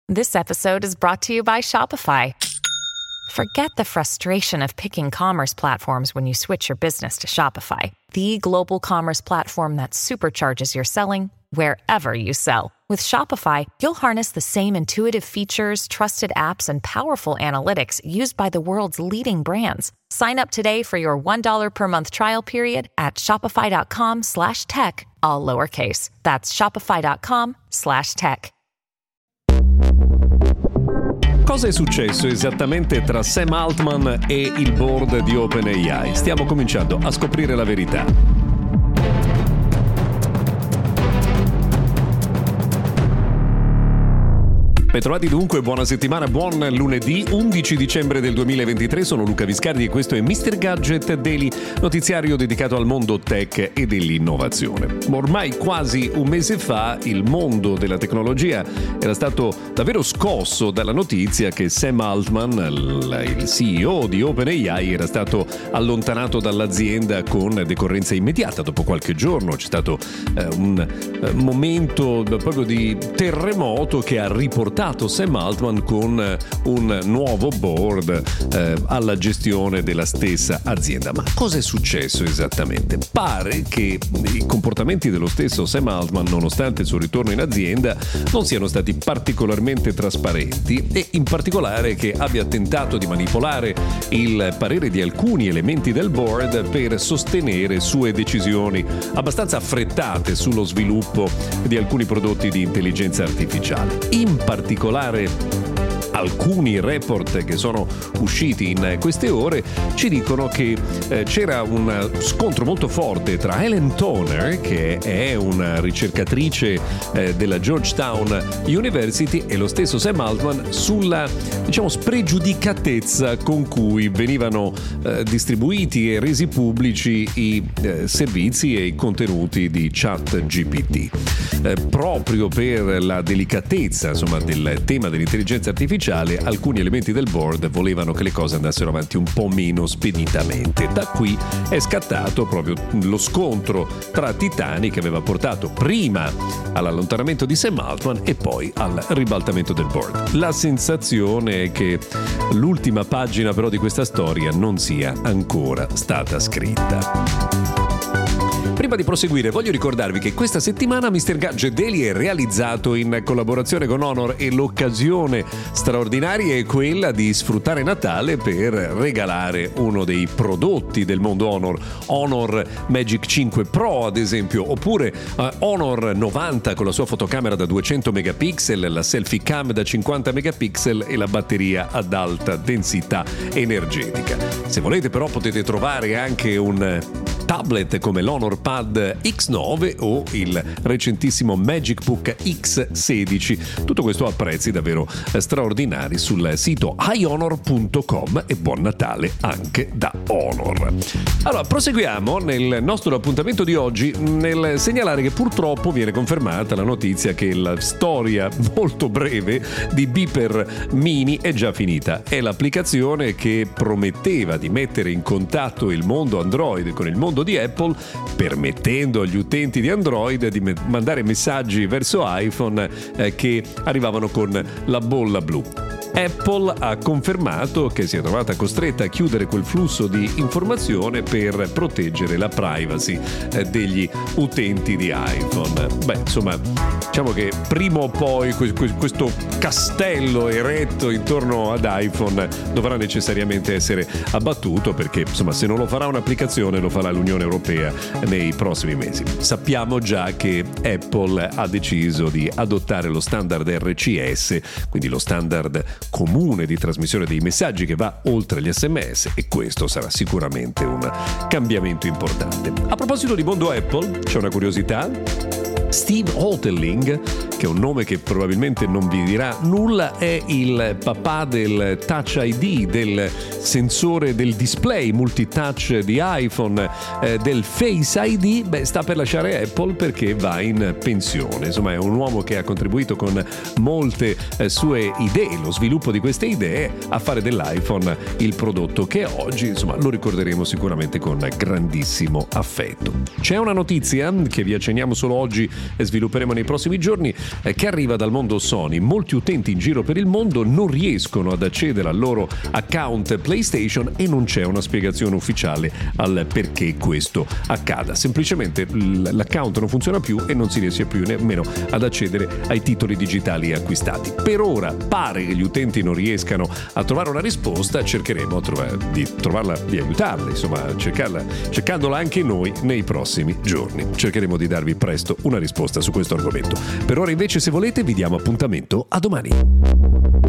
This episode is brought to you by Shopify. Forget the frustration of picking commerce platforms when you switch your business to Shopify, the global commerce platform that supercharges your selling wherever you sell. With Shopify, you'll harness the same intuitive features, trusted apps, and powerful analytics used by the world's leading brands. Sign up today for your $1 per month trial period at shopify.com/tech, all lowercase. That's shopify.com/tech. Cosa è successo esattamente tra Sam Altman e il board di OpenAI? Stiamo cominciando a scoprire la verità. Bentrovati dunque, buona settimana, buon lunedì 11 dicembre del 2023, sono Luca Viscardi e questo è Mr. Gadget Daily, notiziario dedicato al mondo tech e dell'innovazione. Ormai quasi un mese fa il mondo della tecnologia era stato davvero scosso dalla notizia che Sam Altman, il CEO di OpenAI, era stato allontanato dall'azienda con decorrenza immediata. Dopo qualche giorno c'è stato un momento proprio di terremoto che ha riportato Sam Altman con un nuovo board alla gestione della stessa azienda. Ma cosa è successo esattamente? Pare che i comportamenti dello stesso Sam Altman, nonostante il suo ritorno in azienda, non siano stati particolarmente trasparenti e in particolare che abbia tentato di manipolare il parere di alcuni elementi del board per sostenere sue decisioni abbastanza affrettate sullo sviluppo di alcuni prodotti di intelligenza artificiale. In particolare alcuni report che sono usciti in queste ore ci dicono che c'era un scontro molto forte tra Helen Toner, che è una ricercatrice della Georgetown University, e lo stesso Sam Altman sulla, spregiudicatezza con cui venivano distribuiti e resi pubblici i servizi e i contenuti di ChatGPT. Proprio per la delicatezza, del tema dell'intelligenza artificiale, alcuni elementi del board volevano che le cose andassero avanti un po' meno speditamente. Da qui è scattato proprio lo scontro tra titani che aveva portato prima all'allontanamento di Sam Altman e poi al ribaltamento del board. La sensazione è che l'ultima pagina però di questa storia non sia ancora stata scritta. Prima di proseguire voglio ricordarvi che questa settimana Mr. Gadget Daily è realizzato in collaborazione con Honor e l'occasione straordinaria è quella di sfruttare Natale per regalare uno dei prodotti del mondo Honor Magic 5 Pro ad esempio, oppure Honor 90 con la sua fotocamera da 200 megapixel, la selfie cam da 50 megapixel e la batteria ad alta densità energetica. Se volete però potete trovare anche un tablet come l'Honor Pad X9 o il recentissimo Magicbook X16. Tutto questo a prezzi davvero straordinari sul sito ihonor.com e buon Natale anche da Honor. Allora, proseguiamo nel nostro appuntamento di oggi nel segnalare che purtroppo viene confermata la notizia che la storia molto breve di Beeper Mini è già finita. È l'applicazione che prometteva di mettere in contatto il mondo Android con il mondo di Apple, permettendo agli utenti di Android di mandare messaggi verso iPhone che arrivavano con la bolla blu. Apple ha confermato che si è trovata costretta a chiudere quel flusso di informazione per proteggere la privacy degli utenti di iPhone. Diciamo che prima o poi questo castello eretto intorno ad iPhone dovrà necessariamente essere abbattuto, perché se non lo farà un'applicazione lo farà l'Unione Europea nei prossimi mesi. Sappiamo già che Apple ha deciso di adottare lo standard RCS, quindi lo standard comune di trasmissione dei messaggi che va oltre gli SMS, e questo sarà sicuramente un cambiamento importante. A proposito di mondo Apple, c'è una curiosità. Steve Hotelling, che è un nome che probabilmente non vi dirà nulla, è il papà del Touch ID, del sensore del display multitouch di iPhone, del Face ID. Sta per lasciare Apple perché va in pensione. Insomma, è un uomo che ha contribuito con molte sue idee, lo sviluppo di queste idee, a fare dell'iPhone il prodotto che è oggi. Lo ricorderemo sicuramente con grandissimo affetto. C'è una notizia che vi accenniamo solo oggi svilupperemo nei prossimi giorni, che arriva dal mondo Sony. Molti utenti in giro per il mondo non riescono ad accedere al loro account PlayStation e non c'è una spiegazione ufficiale al perché questo accada. Semplicemente l'account non funziona più e non si riesce più nemmeno ad accedere ai titoli digitali acquistati. Per ora pare che gli utenti non riescano a trovare una risposta, cercheremo di aiutarli, insomma, cercandola anche noi nei prossimi giorni. Cercheremo di darvi presto una risposta su questo argomento. Per ora invece, se volete, vi diamo appuntamento a domani.